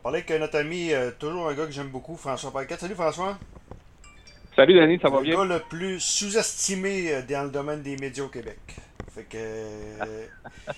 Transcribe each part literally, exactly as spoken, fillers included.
Parler avec notre ami, euh, toujours un gars que j'aime beaucoup, François Paquette. Salut François. Salut Danny, ça va Le bien? gars le plus sous-estimé euh, dans le domaine des médias au Québec. Fait que. euh,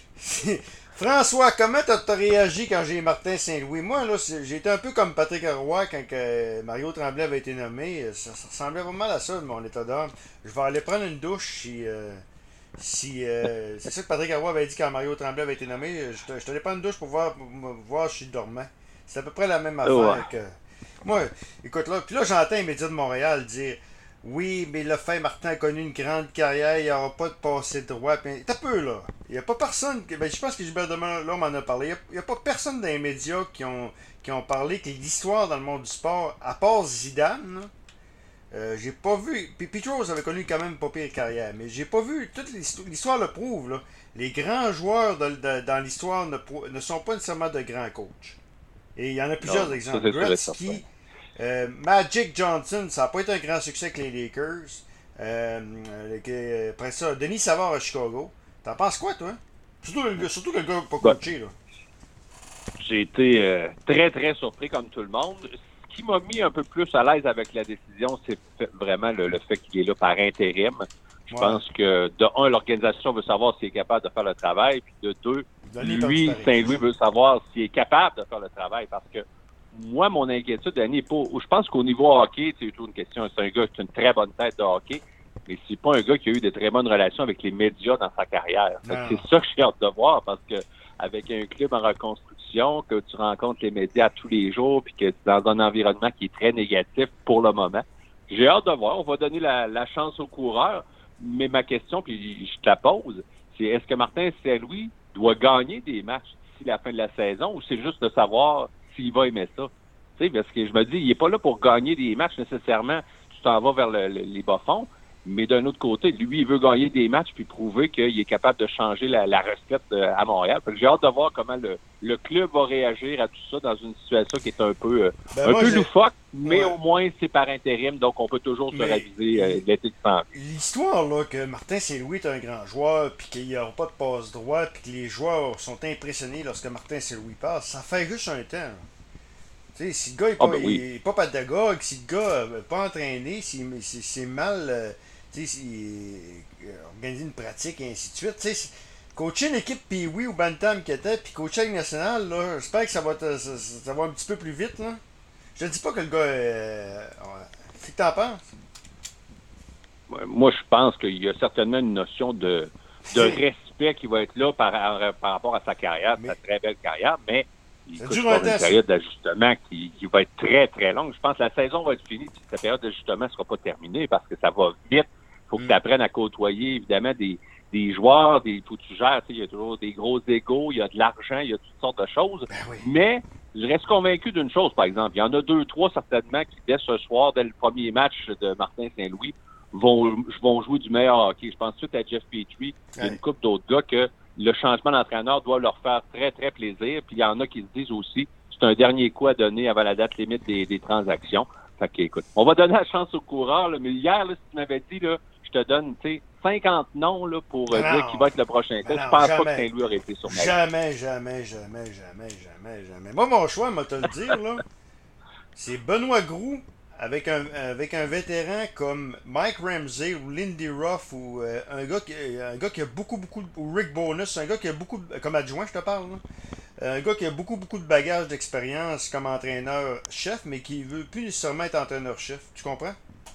François, comment t'as t'as réagi quand j'ai Martin Saint-Louis? Moi, là, c'est- j'ai été un peu comme Patrick Roy quand que Mario Tremblay avait été nommé. Ça, ça ressemblait vraiment à ça, mon état d'âme. Je vais aller prendre une douche si. euh, si euh, c'est ça que Patrick Roy avait dit quand Mario Tremblay avait été nommé. Je te, je te allé prendre une douche pour voir, pour me voir si je dormais. C'est à peu près la même Ouais. affaire que. Moi, écoute là, puis là j'entends les médias de Montréal dire oui, mais le fait Martin a connu une grande carrière, il n'y aura pas de passé de droit. Puis, t'as peu là. Il n'y a pas personne. que- Ben, je pense que Gilbert Delorme m'en a parlé. Il n'y a, a, pas personne dans les médias qui ont, qui ont parlé que l'histoire dans le monde du sport, à part Zidane, là, euh, j'ai pas vu. Puis Petros avait connu quand même pas pire carrière, mais j'ai pas vu. Toute l'histoire, l'histoire le prouve, là. Les grands joueurs de- de- dans l'histoire ne, pro- ne sont pas nécessairement de grands coachs. Et il y en a Non, plusieurs non, ça exemples. c'est sûr et certain. Gretzky, euh, Magic Johnson, ça n'a pas été un grand succès avec les Lakers. Euh, euh, après ça, Denis Savard à Chicago. T'en penses quoi, toi? Surtout, le gars- surtout que le gars pas Ben, coaché, là. j'ai été euh, très, très surpris comme tout le monde. Ce qui m'a mis un peu plus à l'aise avec la décision, c'est fait- vraiment le, le fait qu'il est là par intérim. Je Ouais. pense que, de un, l'organisation veut savoir s'il est capable de faire le travail, puis de deux, Denis est perdu lui, pareil. Saint-Louis, veut savoir s'il est capable de faire le travail, parce que moi, mon inquiétude, Danny, est pas, je pense qu'au niveau hockey, c'est toujours une question, c'est un gars qui a une très bonne tête de hockey, mais c'est pas un gars qui a eu de très bonnes relations avec les médias dans sa carrière. Fait que Non, c'est non. ça que j'ai hâte de voir, parce que avec un club en reconstruction, que tu rencontres les médias tous les jours, puis que tu es dans un environnement qui est très négatif pour le moment. J'ai hâte de voir. On va donner la, la chance aux coureurs. Mais ma question, puis je te la pose, c'est est-ce que Martin Saint-Louis doit gagner des matchs d'ici la fin de la saison ou c'est juste de savoir s'il va aimer ça? Tu sais, parce que je me dis, il n'est pas là pour gagner des matchs nécessairement. Tu t'en vas vers le- le- les bas-fonds. Mais d'un autre côté, lui, il veut gagner des matchs puis prouver qu'il est capable de changer la, la recette euh, à Montréal. Fait que j'ai hâte de voir comment le, le club va réagir à tout ça dans une situation qui est un peu euh, Ben un moi, peu j'ai. loufoque, mais Ouais. au moins c'est par intérim, donc on peut toujours se Mais raviser euh, l- l'été qui s'en vient. l'histoire, là, que Martin Saint-Louis est un grand joueur, puis qu'il n'y aura pas de passe droit, puis que les joueurs sont impressionnés lorsque Martin Saint-Louis passe, ça fait juste un temps, là. Tu sais, si le gars n'est Ah pas, ben oui. il est pas pédagogue, si le gars n'est pas entraîné, si si- c'est mal, euh, tu sais, si, euh, organiser une pratique et ainsi de suite, tu sais, coacher une équipe puis oui ou Bantam qui était, puis coacher avec national, là, j'espère que ça va, te- ça, ça va un petit peu plus vite, là. Je te dis pas que le gars, euh, ouais. Qu'est-ce que t'en penses? Ouais, moi, je pense qu'il y a certainement une notion de, de respect qui va être là par, par rapport à sa carrière, sa Mais très belle carrière, mais ça écoute, il dure va y un avoir une temps, ça. période d'ajustement qui, qui va être très, très longue. Je pense que la saison va être finie, puis cette période d'ajustement ne sera pas terminée parce que ça va vite. Il faut que tu Hmm. apprennes à côtoyer, évidemment, des, des joueurs, des, faut que tu gères, tu sais, il y a toujours des gros égos, il y a de l'argent, il y a toutes sortes de choses, Ben oui. mais je reste convaincu d'une chose, par exemple. Il y en a deux, trois certainement qui, dès ce soir, dès le premier match de Martin Saint-Louis, vont, vont jouer du meilleur hockey. Je pense tout à Jeff Petrie, il y a une Ouais. couple d'autres gars que le changement d'entraîneur doit leur faire très, très plaisir. Puis il y en a qui se disent aussi, c'est un dernier coup à donner avant la date limite des, des transactions. Fait que, écoute, on va donner la chance aux coureurs, là, mais hier, là, si tu m'avais dit, là, je te donne, tu sais, cinquante noms, là, pour Ben euh, dire qui non. va être le prochain Ben test, je non, pense pas que jamais. Saint-Louis aurait été sur ma liste. Jamais, jamais, jamais, jamais, jamais, jamais. Moi, mon choix, moi, te le dire, là, c'est Benoît Groux avec un, avec un vétéran comme Mike Ramsey ou Lindy Ruff ou euh, un, gars qui, un gars qui a beaucoup, beaucoup, de- ou Rick Bonus, un gars qui a beaucoup, de- comme adjoint, je te parle, là. Un gars qui a beaucoup, beaucoup de bagages d'expérience comme entraîneur-chef, mais qui veut plus nécessairement être entraîneur-chef. Tu comprends?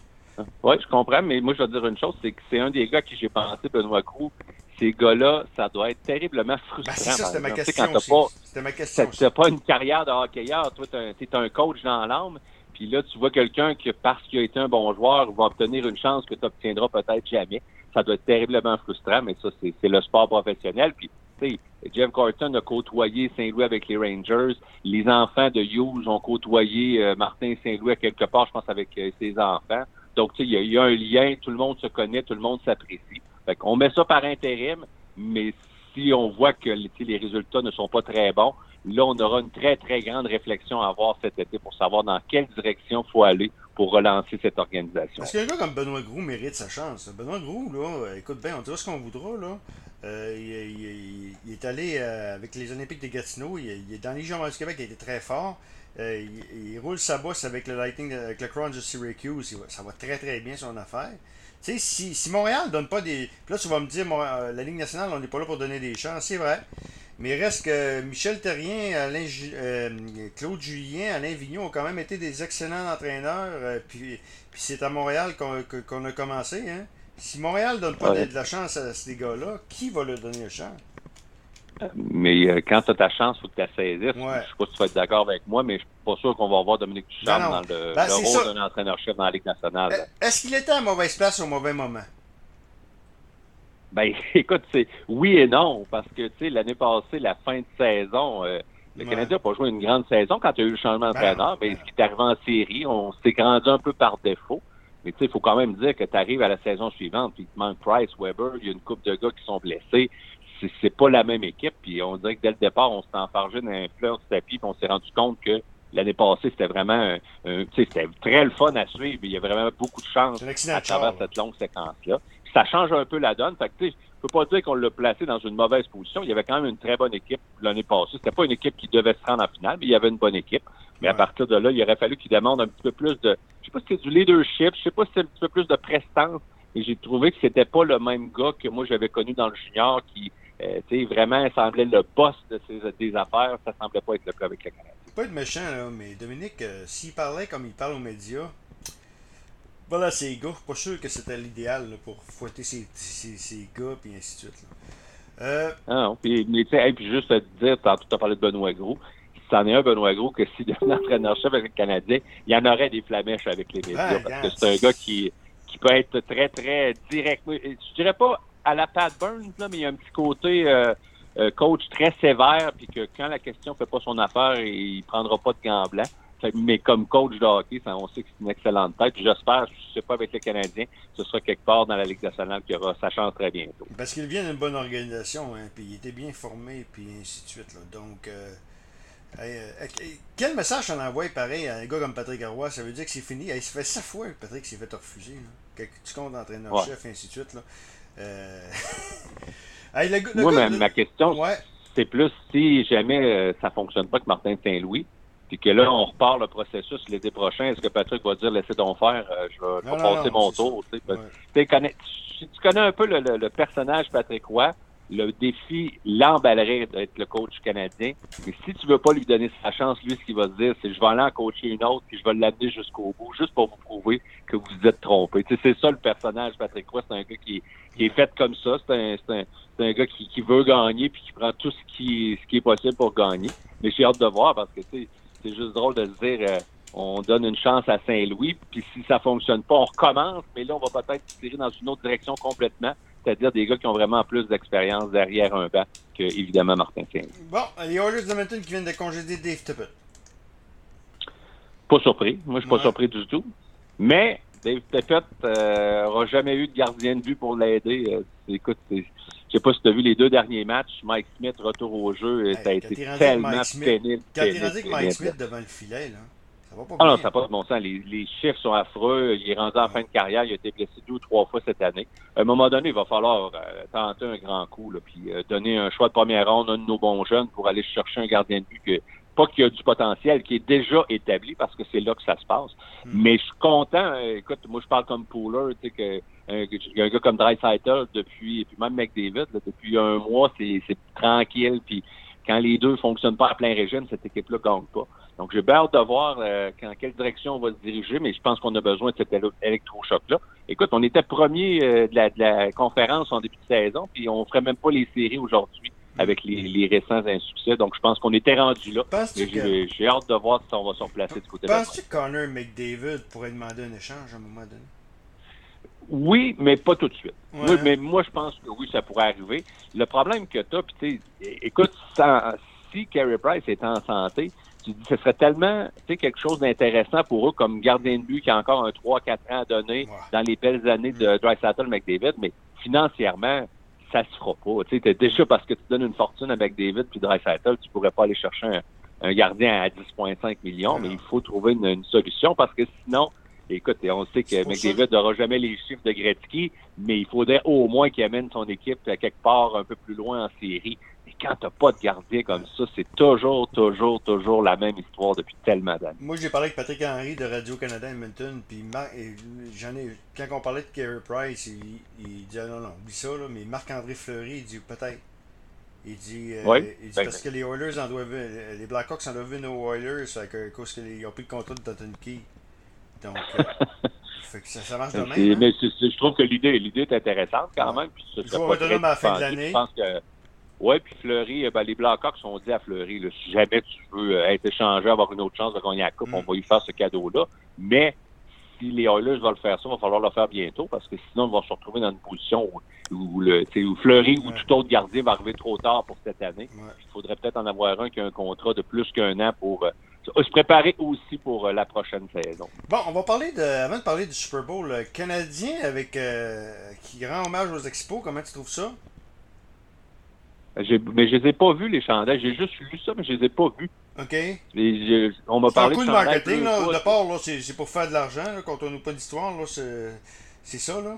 Oui, je comprends, mais moi, je vais te dire une chose, c'est que c'est un des gars à qui j'ai pensé, Benoît Groux. Ces gars-là, ça doit être terriblement Ben, c'est frustrant, ça, par c'était ma exemple. Tu sais, quand question t'as aussi. pas, C'était ma t'as question aussi. t'as pas une carrière de hockeyeur, toi, t'es un, t'es un coach dans l'âme, puis là, tu vois quelqu'un qui, parce qu'il a été un bon joueur, va obtenir une chance que tu n'obtiendras peut-être jamais. Ça doit être terriblement frustrant, mais ça, c'est c'est le sport professionnel. Puis, tu sais, Jeff Gorton a côtoyé Saint-Louis avec les Rangers. Les enfants de Hughes ont côtoyé euh, Martin Saint-Louis à quelque part, je pense, avec euh, ses enfants. Donc, tu sais, il y, a- il y a un lien, tout le monde se connaît, tout le monde s'apprécie. Fait qu'on met ça par intérim, mais si on voit que tu sais, les résultats ne sont pas très bons, là, on aura une très, très grande réflexion à avoir cet été pour savoir dans quelle direction il faut aller pour relancer cette Parce organisation-là. qu'un gars comme Benoît Groux mérite sa chance. Benoît Groux, là, euh, écoute bien, on dira ce qu'on voudra, là. Euh, il, il- il- il est allé euh, avec les Olympiques de Gatineau, il, il est dans les Légion du Québec, il a été très fort. Euh, il, il roule sa bosse avec le Lightning, avec le Crunch de Syracuse. Va, ça va très très bien son affaire. Tu sais, si, si Montréal donne pas des. Puis là, tu vas me dire, moi, euh, la Ligue nationale, on n'est pas là pour donner des chances. C'est vrai. Mais il reste que Michel Terrien, Alain, euh, Claude Julien, Alain Vigneault ont quand même été des excellents entraîneurs. Euh, puis, puis c'est à Montréal qu'on qu'on a commencé. Hein. Si Montréal donne pas Ouais. de, de la chance à ces gars-là, qui va leur donner la chance? Mais euh, quand tu as ta chance, il faut que tu la saisisses. Ouais. Je sais pas si tu vas être d'accord avec moi, mais je suis pas sûr qu'on va avoir Dominique Ducharme Non, non. dans le, Ben, le c'est rôle ça. d'un entraîneur-chef dans la Ligue nationale. là. Est-ce qu'il était à mauvaise place au mauvais moment? Ben, écoute, c'est oui et non, parce que, tu sais, l'année passée, la fin de saison, euh, le Ouais. Canadien n'a pas joué une grande saison quand il y a eu le changement Ben d'entraîneur, non, mais ben ce qui est arrivé en série, on s'est rendu un peu par défaut. Mais tu sais, il faut quand même dire que tu arrives à la saison suivante, puis il te manque Price, Weber, il y a une couple de gars qui sont blessés. C'est, c'est pas la même équipe, puis on dirait que dès le départ, on s'est enfargé dans un fleur de tapis, puis on s'est rendu compte que l'année passée, c'était vraiment un, un- tu sais, c'était très le fun à suivre, mais il y a vraiment beaucoup de chance c'est un accident à de char. travers là. cette longue séquence-là. Puis ça change un peu la donne. Fait que, tu sais, je peux pas dire qu'on l'a placé dans une mauvaise position. Il y avait quand même une très bonne équipe l'année passée. C'était pas une équipe qui devait se rendre en finale, mais il y avait une bonne équipe. Mais à Ouais. partir de là, il aurait fallu qu'il demande un petit peu plus de, je sais pas si c'est du leadership, je sais pas si c'est un petit peu plus de prestance. Et j'ai trouvé que c'était pas le même gars que moi j'avais connu dans le junior qui, euh, tu sais, vraiment semblait le boss de ses, des affaires. Ça semblait pas être le cas avec le Canadien. Pas être méchant, là, mais Dominique, euh, s'il parlait comme il parle aux médias, voilà, ses gars, pas sûr que c'était l'idéal là, pour fouetter ses, ses, ses gars, puis ainsi de suite. Là. Euh, Ah non, puis, mais tu sais, hey, puis juste à te dire, tantôt tu as parlé de Benoît Gros, si c'en est un Benoît Gros que s'il devenait entraîneur-chef avec le Canadien, il y en aurait des flamèches avec les médias, ah, parce regarde. que c'est un gars qui, qui peut être très, très direct. Je dirais pas à la Pat Burns, là, mais il y a un petit côté euh, euh, coach très sévère, puis que quand la question fait pas son affaire, il prendra pas de gants blancs. Fait- Mais comme coach de hockey, ça, on sait que c'est une excellente tête. Puis j'espère, je sais pas avec les Canadiens, ce sera quelque part dans la Ligue nationale qui aura sa chance très bientôt. Parce qu'il vient d'une bonne organisation, hein, puis il était bien formé, puis ainsi de suite. Là. Donc, euh, hey, euh, hey, quel message on envoie pareil à un gars comme Patrick Roy? Ça veut dire que c'est fini. Hey, ça fait sept fois que Patrick s'est fait refuser. Là. Que tu comptes entraîneur-chef, et ainsi de suite. Là. Euh... hey, le, le Moi, gars, ma, le... ma question, Ouais. c'est plus si jamais euh, ça fonctionne pas avec Martin Saint-Louis, puis que là, on repart le processus l'été prochain, est-ce que Patrick va dire laissez donc faire, euh, je vais, je Non, vais non, passer non, mon c'est tour. ça. Tu sais, Ouais. tu, connais, tu, tu connais un peu le, le, le personnage Patrick Roy, le défi l'emballerait d'être le coach canadien. Mais si tu veux pas lui donner sa chance, lui, ce qu'il va se dire, c'est je vais aller en coacher une autre, puis je vais l'amener jusqu'au bout, juste pour vous prouver que vous vous êtes trompé. Tu sais, c'est ça le personnage Patrick Roy, c'est un gars qui, qui est fait comme ça, c'est un, c'est un, c'est un gars qui, qui veut gagner puis qui prend tout ce qui, ce qui est possible pour gagner. Mais j'ai hâte de voir parce que tu sais, c'est juste drôle de se dire euh, on donne une chance à Saint-Louis, puis si ça fonctionne pas, on recommence, mais là, on va peut-être tirer dans une autre direction complètement, c'est-à-dire des gars qui ont vraiment plus d'expérience derrière un banc que, évidemment, Martin Saint-Louis. Bon, les Oilers de Edmonton qui viennent de congédier Dave Tippett. Pas surpris. Moi, je suis pas Ouais. surpris du tout. Mais Dave Tippett euh, aura jamais eu de gardien de but pour l'aider. Euh, écoute, c'est, je sais pas si tu as vu les deux derniers matchs. Mike Smith, retour au jeu, et Hey, ça a quand été t'es rendu avec tellement Mike Smith- pénible. Quand t'es pénible, rendu avec Mike pénible. Smith devant le filet, là, ça va pas Ah bien. non, ça n'a pas de bon sens. Les, les chiffres sont affreux. Il est rendu en fin de carrière. Il a été blessé deux ou trois fois cette année. À un moment donné, il va falloir euh, tenter un grand coup, là, puis euh, donner un choix de première ronde à un de nos bons jeunes pour aller chercher un gardien de but que pas qu'il y a du potentiel, qui est déjà établi parce que c'est là que ça se passe. Hmm. Mais je suis content. euh, écoute, moi, je parle comme Pooler, tu sais, que un, il y a un gars comme Draisaitl depuis, et puis même McDavid, là, depuis un mois, c'est, c'est tranquille. Puis quand les deux fonctionnent pas à plein régime, cette équipe-là gagne pas. Donc, j'ai bien hâte de voir euh, dans quelle direction on va se diriger, mais je pense qu'on a besoin de cet éle- électrochoc-là. Écoute, on était premier euh, de, la, de la conférence en début de saison, puis on ferait même pas les séries aujourd'hui avec les, les récents insuccès. Donc, je pense qu'on était rendu là. Penses-tu Mais que, j'ai, j'ai hâte de voir si on va se replacer du côté de la penses-tu que Connor McDavid pourrait demander un échange à un moment donné? Oui, mais pas tout de suite. Ouais. Moi, mais moi, je pense que oui, ça pourrait arriver. Le problème que tu as, puis tu sais, écoute, sans, si Carey Price est en santé, tu dis ce serait tellement tu sais, quelque chose d'intéressant pour eux comme gardien de but qui a encore un trois quatre ans à donner Ouais. dans les belles années de Draisaitl McDavid, mais financièrement, ça se fera pas. Tu sais, déjà parce que tu donnes une fortune à McDavid puis Draisaitl, tu pourrais pas aller chercher un, un gardien à dix virgule cinq millions, mais il faut trouver une, une solution parce que sinon, écoute, on sait que C'est pour McDavid n'aura jamais les chiffres de Gretzky, mais il faudrait au moins qu'il amène son équipe à quelque part un peu plus loin en série. Et quand t'as pas de gardien comme ça, c'est toujours, toujours, toujours la même histoire depuis tellement d'années. Moi, j'ai parlé avec Patrick Henry de Radio-Canada Edmonton, puis Mar- et j'en ai, quand on parlait de Carey Price, il, il dit ah non, non, oublie ça, là, mais Marc-André Fleury, il dit peut-être. Il dit, euh, Oui. il dit Ben, parce que les Oilers en doivent, les Blackhawks en doivent une aux Oilers, fait que, à cause qu'ils ont pris le contrat de Dalton Key. Donc, euh, fait que ça, ça marche de c'est- même. Hein? mais c'est- c'est- je trouve que l'idée, l'idée est intéressante quand Ouais. même. Puis ce Il serait faut pas retenir très à la fin de dispendieux. l'année. Je pense que oui, puis Fleury, euh, ben, les Blackhawks ont dit à Fleury, là, si jamais tu veux euh, être échangé, avoir une autre chance de gagner la Coupe, Mm. on va lui faire ce cadeau-là. Mais si les Oilers veulent faire ça, il va falloir le faire bientôt parce que sinon, ils vont se retrouver dans une position où, où, le, tu sais, où Fleury ou Ouais. tout autre gardien va arriver trop tard pour cette année. Ouais. Il faudrait peut-être en avoir un qui a un contrat de plus qu'un an pour euh, se préparer aussi pour euh, la prochaine saison. Bon, on va parler de, avant de parler du Super Bowl, le Canadien avec euh, qui rend hommage aux Expos, comment tu trouves ça? J'ai, mais je les ai pas vus, les chandails. J'ai juste lu ça, mais je les ai pas vus. OK? Et je- on m'a C'est un parlé coup de de chandails marketing, deux là. fois. Au départ, là, c'est c'est pour faire de l'argent, là. Quand on n'a pas d'histoire, là, c'est c'est ça, là.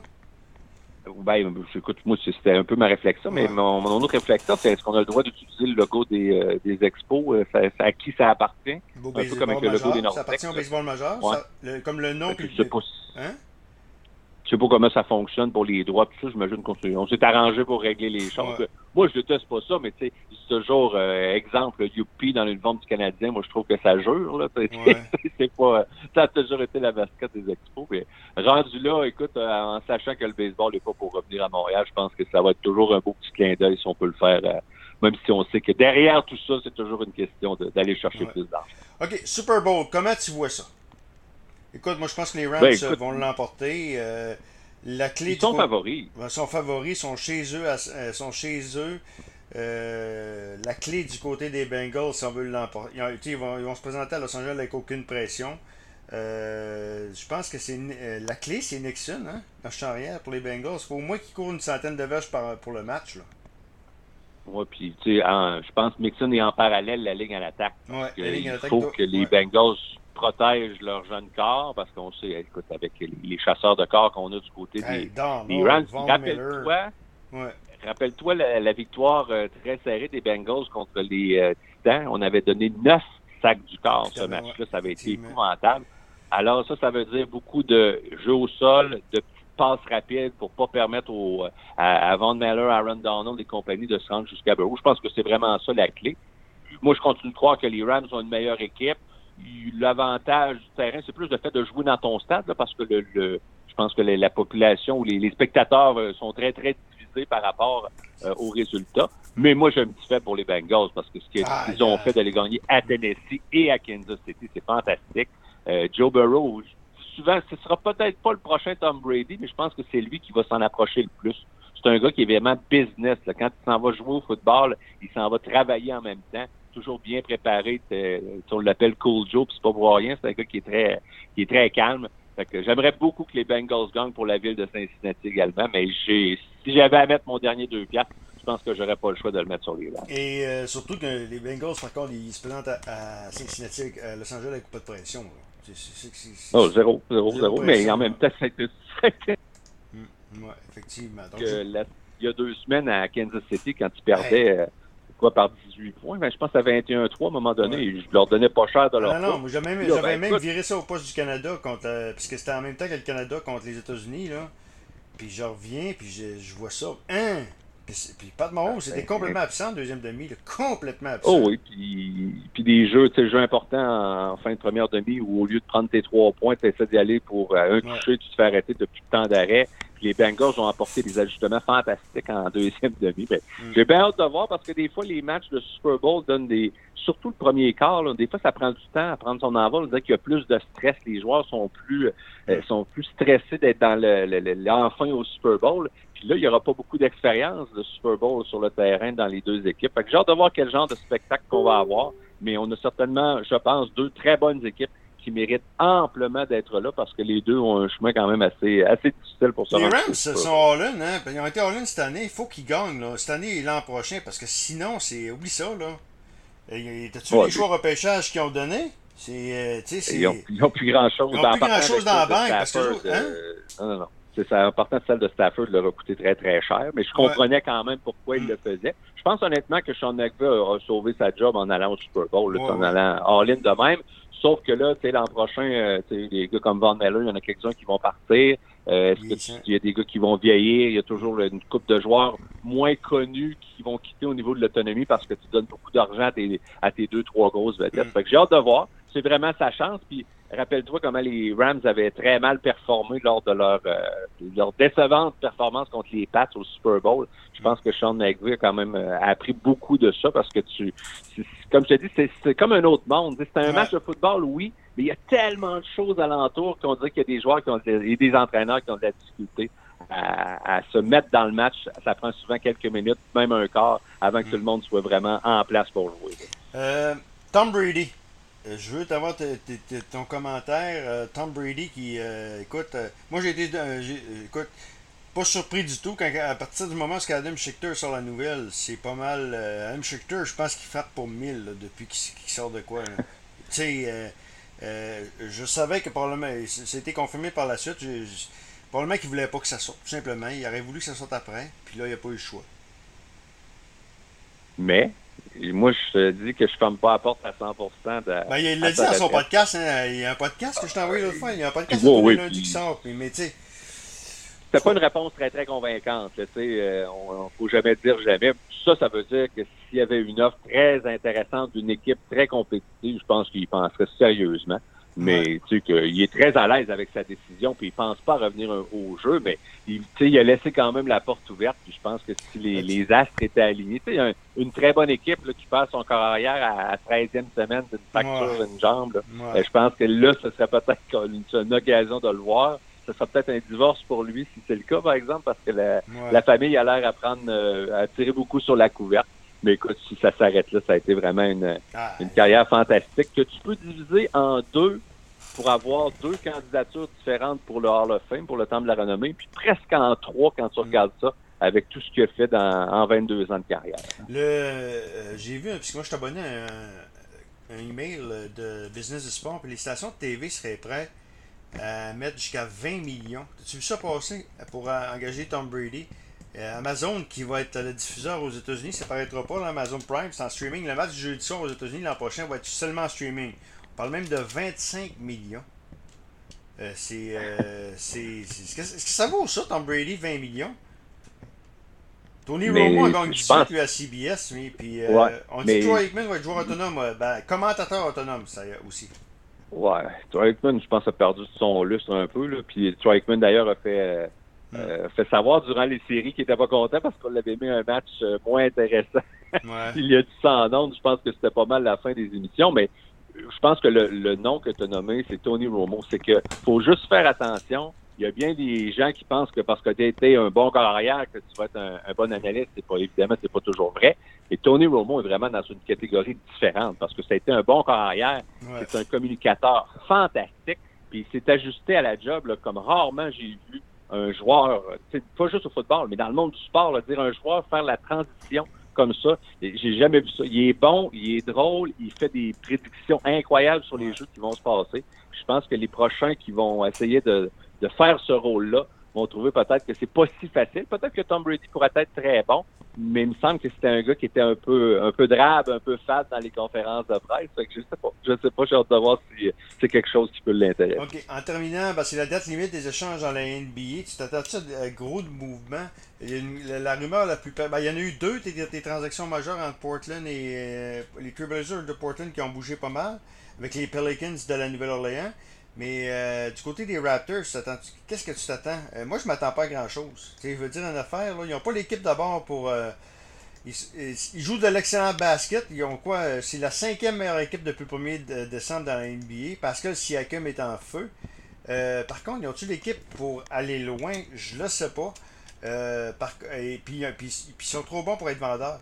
Ben, écoute, moi, c'était un peu ma réflexion, mais Ouais. mon, mon autre réflexion, c'est est-ce qu'on a le droit d'utiliser le logo des, euh, des expos? euh, ça- ça- à qui ça appartient? Beau Un peu baseball comme avec le logo des majeur. Ça Nordiques. appartient au baseball majeur. Ouais. Ça- le- comme le nom. Fait que Puis Je sais le- pas, si- Hein? je sais pas comment ça fonctionne pour les droits, tout ça. J'imagine qu'on s'est, on s'est arrangé pour régler les choses. Ouais. Moi, je déteste pas ça, mais tu sais, ce genre, euh, exemple, Youpi dans l'uniforme du Canadien, moi, je trouve que ça jure, là. C'est, Ouais. c'est pas, ça a toujours été la mascotte des expos. Mais rendu là, écoute, euh, en sachant que le baseball n'est pas pour revenir à Montréal, je pense que ça va être toujours un beau petit clin d'œil si on peut le faire, euh, même si on sait que derrière tout ça, c'est toujours une question de- d'aller chercher Ouais. plus d'argent. OK, Super Bowl, comment tu vois ça? Écoute, moi, je pense que les Rams Ben, euh, écoute, vont l'emporter. Euh, la clé Ils du sont co- favoris. Ben, sont favoris, sont chez eux. à- euh, sont chez eux. Euh, la clé du côté des Bengals, si on veut l'emporter. Ils, ont- tu sais, ils vont, ils vont se présenter à Los Angeles avec aucune pression. Euh, je pense que c'est euh, la clé, c'est Nixon, hein, dans le champ arrière pour les Bengals. Il faut au moins qu'ils courent une centaine de verges par, pour le match. Là. Ouais, puis tu sais, en- je pense que Mixon est en parallèle la ligne à l'attaque. Ouais, Parce que la ligne à il l'attaque faut doit- que les ouais. Bengals protègent leur jeune corps parce qu'on sait, écoute, avec les, les chasseurs de corps qu'on a du côté Hey, des, Darnold, des Rams, Von rappelle-toi, Miller. Ouais. rappelle-toi la, la victoire euh, très serrée des Bengals contre les euh, Titans. On avait donné neuf sacs du corps ce Évidemment, match-là. Ça avait été effectivement. épouvantable. Alors ça, ça veut dire beaucoup de jeux au sol, de petites passes rapides pour pas permettre au, à, à Von Miller, Aaron Donald et compagnie de se rendre jusqu'à Burrow. Je pense que c'est vraiment ça la clé. Moi, je continue de croire que les Rams ont une meilleure équipe. L'avantage du terrain, c'est plus le fait de jouer dans ton stade, là, parce que le, le, je pense que la, la population ou les, les spectateurs euh, sont très, très divisés par rapport euh, aux résultats. Mais moi, j'ai un petit fait pour les Bengals parce que ce qu'ils Ah, ils ont yeah. fait d'aller gagner à Tennessee et à Kansas City, c'est fantastique. Euh, Joe Burrow, souvent, ce sera peut-être pas le prochain Tom Brady, mais je pense que c'est lui qui va s'en approcher le plus. C'est un gars qui est vraiment business. Là. Quand il s'en va jouer au football, il s'en va travailler en même temps. Toujours bien préparé. On l'appelle Cool Joe, puis c'est pas pour rien. C'est un gars qui est très, qui est très calme. Fait que j'aimerais beaucoup que les Bengals gagnent pour la ville de Cincinnati également, mais j'ai, si j'avais à mettre mon dernier deux piastres, je pense que j'aurais pas le choix de le mettre sur les Rams. Et euh, surtout que les Bengals, par contre, ils se présentent à, à Cincinnati, avec- à Los Angeles avec pas de pression. là. C'est- c'est- c'est- c'est- Oh, zéro, zéro, Zéro zéro. Mais pression, en même là. temps, ça a été, ça a été Mm, ouais, effectivement. Donc, que je- la- il y a deux semaines à Kansas City, quand ils perdaient euh, quoi, par dix-huit points, ben, je pense que ça vingt et un trois à un moment donné, Ouais. et je leur donnais pas cher de leur Ah non, non, part. moi j'avais même, Là, j'avais ben, même écoute, viré ça au poste du Canada, contre, euh, puisque c'était en même temps que le Canada contre les États-Unis. Là. Puis je reviens, puis je, je vois ça. Hein? Puis, c'est- puis Pat Mahomes, c'était ben, complètement absent en deuxième demi. Là, complètement absent. Oh oui, puis, puis des jeux, tu sais, jeux importants en fin de première demi où au lieu de prendre tes trois points, tu essaies d'y aller pour euh, un toucher, tu te fais arrêter depuis le temps d'arrêt. Puis les Bengals ont apporté des ajustements fantastiques en deuxième demi. Ben, Mm. J'ai bien hâte de voir parce que des fois, les matchs de Super Bowl donnent des. Surtout le premier quart, là, des fois, ça prend du temps à prendre son envol. On dirait qu'il y a plus de stress. Les joueurs sont plus euh, sont plus stressés d'être dans le, le, le- l'enfin au Super Bowl. Puis là, il n'y aura pas beaucoup d'expérience de Super Bowl sur le terrain dans les deux équipes. Fait que j'ai hâte de voir quel genre de spectacle qu'on va avoir. Mais on a certainement, je pense, deux très bonnes équipes qui méritent amplement d'être là parce que les deux ont un chemin quand même assez, assez difficile pour se Les rendre. Rams au Super sont Bowl. all-in, hein? Ils ont été all-in cette année. Il faut qu'ils gagnent, là. Cette année et l'an prochain, parce que sinon, c'est. Oublie ça, là. Et, t'as-tu Ouais, les choix repêchage qu'ils ont donné? C'est. euh, tu sais, c'est. Ils n'ont ils ont plus grand-chose Ils ont dans plus grand-chose dans la banque, parce que- hein? Non, non, non. c'est important celle de Stafford leur a coûté très, très cher, mais je comprenais ouais. quand même pourquoi il le faisait. Je pense honnêtement que Sean McVay a, a sauvé sa job en allant au Super Bowl, là, ouais, en ouais. allant all-in de même. Sauf que là, tu sais, l'an prochain, euh, tu sais, des gars comme Von Miller, il y en a quelques-uns qui vont partir. Euh, est-ce oui, que tu, il y a des gars qui vont vieillir? Il y a toujours une couple de joueurs moins connus qui vont quitter au niveau de l'autonomie parce que tu donnes beaucoup d'argent à tes, à tes deux, trois grosses vedettes. Mm. Fait que j'ai hâte de voir. C'est vraiment sa chance. Puis rappelle-toi comment les Rams avaient très mal performé lors de leur, euh, leur décevante performance contre les Pats au Super Bowl. Je pense que Sean McVay a quand même euh, appris beaucoup de ça parce que tu, c'est, comme je te dis, c'est, c'est comme un autre monde. C'est un ouais. match de football, oui, mais il y a tellement de choses alentour qu'on dirait qu'il y a des joueurs qui ont de, et des entraîneurs qui ont de la difficulté à, à se mettre dans le match. Ça prend souvent quelques minutes, même un quart, avant que mm. tout le monde soit vraiment en place pour jouer. Euh, Tom Brady. Je veux t'avoir t- t- t- ton commentaire. Euh, Tom Brady qui, euh, écoute, euh, moi j'ai été, euh, j'ai, écoute, pas surpris du tout quand, à partir du moment où Adam Schefter sort la nouvelle, c'est pas mal. Euh, Adam Schefter, je pense qu'il frappe pour mille là, depuis qu'il, qu'il sort de quoi. Tu sais, euh, euh, je savais que probablement, c'était confirmé par la suite, je, je, probablement qu'il voulait pas que ça sorte, tout simplement. Il aurait voulu que ça sorte après, puis là, il n'y a pas eu le choix. Mais. Et moi, je te dis que je ferme pas la porte à cent pour cent. De, ben, il l'a dit dans son podcast. Hein, il y a un podcast que je t'ai envoyé l'autre fois. Il y a un podcast oh, tous oui, les lundis puis... qui sort. Mais tu sais. C'était pas une réponse très, très convaincante. Là, euh, on ne faut jamais dire jamais. Ça, ça veut dire que s'il y avait une offre très intéressante d'une équipe très compétitive, je pense qu'il penserait sérieusement. Mais ouais. tu sais qu'il est très à l'aise avec sa décision, puis il pense pas revenir au jeu, mais il, il a laissé quand même la porte ouverte. Puis je pense que si les, les astres étaient alignés, tu sais, un, une très bonne équipe là, qui passe son corps arrière à la treizième semaine d'une fracture ouais. d'une jambe, là, ouais. je pense que là, ce serait peut-être une, une occasion de le voir. Ce serait peut-être un divorce pour lui si c'est le cas, par exemple, parce que la, ouais. la famille a l'air à prendre, euh, à tirer beaucoup sur la couverte. Mais écoute, si ça s'arrête là, ça a été vraiment une, ah, une carrière fantastique que tu peux diviser en deux pour avoir deux candidatures différentes pour le Hall of Fame, pour le Temple de la Renommée, puis presque en trois quand tu regardes ça, avec tout ce qu'il a fait dans, en vingt-deux ans de carrière. Le, euh, j'ai vu, parce que moi je t'abonnais à un, un email de Business du Sport, puis les stations de T V seraient prêtes à mettre jusqu'à vingt millions. As-tu vu ça passer pour engager Tom Brady? Euh, Amazon, qui va être le diffuseur aux États-Unis, ça paraîtra pas dans Amazon Prime, c'est en streaming. Le match du jeudi soir aux États-Unis l'an prochain va être seulement en streaming. On parle même de vingt-cinq millions. Euh, c'est, euh, c'est, c'est, est-ce, que, est-ce que ça vaut ça, Tom Brady, vingt millions? Tony Romo a gagné dix-huit pense... lui à C B S, oui, puis euh, ouais, on dit mais... que Troy Aikman va être joueur autonome, ben, commentateur autonome, ça aussi. Ouais, Troy Aikman, je pense, a perdu son lustre un peu, là, puis Troy Aikman, d'ailleurs, a fait... Euh... Euh, fait savoir durant les séries qu'il n'était pas content parce qu'on l'avait mis un match euh, moins intéressant. Ouais. Il y a dit ça en ondes. Je pense que c'était pas mal la fin des émissions, mais je pense que le, le nom que tu as nommé, c'est Tony Romo. C'est que faut juste faire attention. Il y a bien des gens qui pensent que parce que tu as été un bon corps arrière, que tu vas être un, un bon analyste. C'est pas, évidemment, c'est pas toujours vrai. Et Tony Romo est vraiment dans une catégorie différente parce que ça a été un bon corps arrière. Ouais. C'est un communicateur fantastique. Puis il s'est ajusté à la job là, comme rarement j'ai vu un joueur, pas juste au football, mais dans le monde du sport, là, dire un joueur faire la transition comme ça, j'ai jamais vu ça. Il est bon, il est drôle, il fait des prédictions incroyables sur les jeux qui vont se passer. Puis je pense que les prochains qui vont essayer de, de faire ce rôle-là vont trouver peut-être que c'est pas si facile. Peut-être que Tom Brady pourrait être très bon, mais il me semble que c'était un gars qui était un peu un peu drabe, un peu fade dans les conférences de presse. Fait que je sais pas. Je sais pas, j'ai hâte de voir si c'est quelque chose qui peut l'intéresser. OK. En terminant, ben, c'est la date limite des échanges dans la N B A. Tu t'attends-tu à un gros mouvement? Il y a une, la, la rumeur la plus... Ben, il y en a eu deux, des, des transactions majeures entre Portland et euh, les Trailblazers de Portland qui ont bougé pas mal, avec les Pelicans de la Nouvelle-Orléans. Mais euh, du côté des Raptors, qu'est-ce que tu t'attends? Euh, moi, je m'attends pas à grand-chose. Je veux dire, en affaire, là, ils n'ont pas l'équipe d'abord pour... Euh, ils, ils jouent de l'excellent basket. Ils ont quoi? C'est la cinquième meilleure équipe depuis le premier de décembre dans la N B A. Pascal Siakam est en feu. Euh, par contre, ils ont-tu l'équipe pour aller loin? Je le sais pas. Euh, par, et puis, puis, puis ils sont trop bons pour être vendeurs.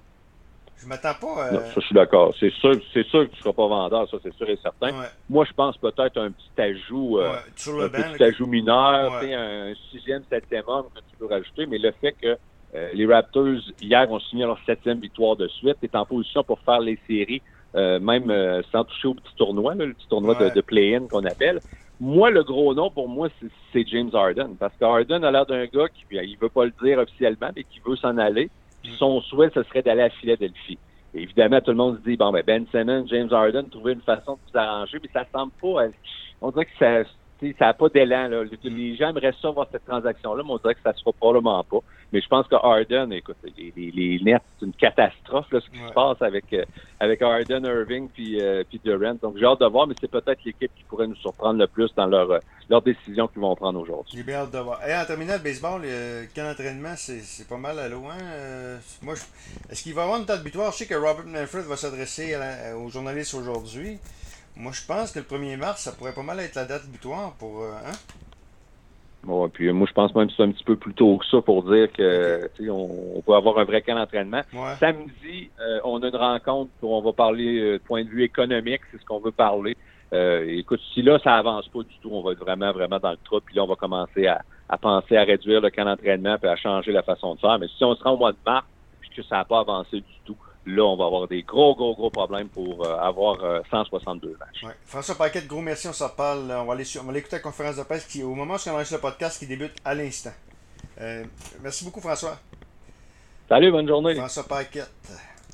Je m'attends pas. Euh... Non, ça, je suis d'accord. C'est sûr, c'est sûr que tu ne seras pas vendeur, ça, c'est sûr et certain. Ouais. Moi, je pense peut-être un petit ajout, euh, ouais, sur le un banc, petit là, ajout mineur, ouais. un sixième, septième homme que tu peux rajouter, mais le fait que euh, les Raptors, hier, ont signé leur septième victoire de suite, est en position pour faire les séries, euh, même euh, sans toucher au petit tournoi, là, le petit tournoi ouais. de, de play-in qu'on appelle. Moi, le gros nom pour moi, c'est, c'est James Harden. Parce que Harden a l'air d'un gars qui il veut pas le dire officiellement, mais qui veut s'en aller. Puis son souhait, ce serait d'aller à Philadelphie. Et évidemment, tout le monde se dit, bon, ben, Ben Simmons, James Harden, trouver une façon de vous arranger, mais ça semble pas. On dirait que ça ça n'a pas d'élan. Là. Les gens aimeraient ça voir cette transaction-là, mais on dirait que ça ne se fera probablement pas. Mais je pense que Harden, écoute, les, les, les Nets, c'est une catastrophe là, ce qui ouais. se passe avec, euh, avec Harden, Irving puis, euh, puis Durant. Donc j'ai hâte de voir, mais c'est peut-être l'équipe qui pourrait nous surprendre le plus dans leur, euh, leur décision qu'ils vont prendre aujourd'hui. J'ai bien hâte de voir. Et en terminant le baseball, le camp d'entraînement, c'est, c'est pas mal à loin. Euh, moi, je... Est-ce qu'il va y avoir une date butoir? Je sais que Robert Manfred va s'adresser à la, aux journalistes aujourd'hui. Moi, je pense que le premier mars, ça pourrait pas mal être la date butoir pour... Euh, hein? Bon, puis moi, je pense même que c'est un petit peu plus tôt que ça pour dire que okay. on, on peut avoir un vrai camp d'entraînement. Ouais. Samedi, euh, on a une rencontre où on va parler euh, point de vue économique, c'est ce qu'on veut parler. Euh, écoute, si là, ça avance pas du tout, on va être vraiment, vraiment dans le trou, puis là, on va commencer à, à penser à réduire le camp d'entraînement puis à changer la façon de faire. Mais si on se rend au mois de mars puis que ça n'a pas avancé du tout, là, on va avoir des gros, gros, gros problèmes pour euh, avoir euh, cent soixante-deux matchs. Ouais. François Paquette, gros merci, on s'en parle. On va aller, sur, on va aller écouter la conférence de presse qui, au moment où on enregistre le podcast qui débute à l'instant. Euh, merci beaucoup, François. Salut, bonne journée. François Paquette.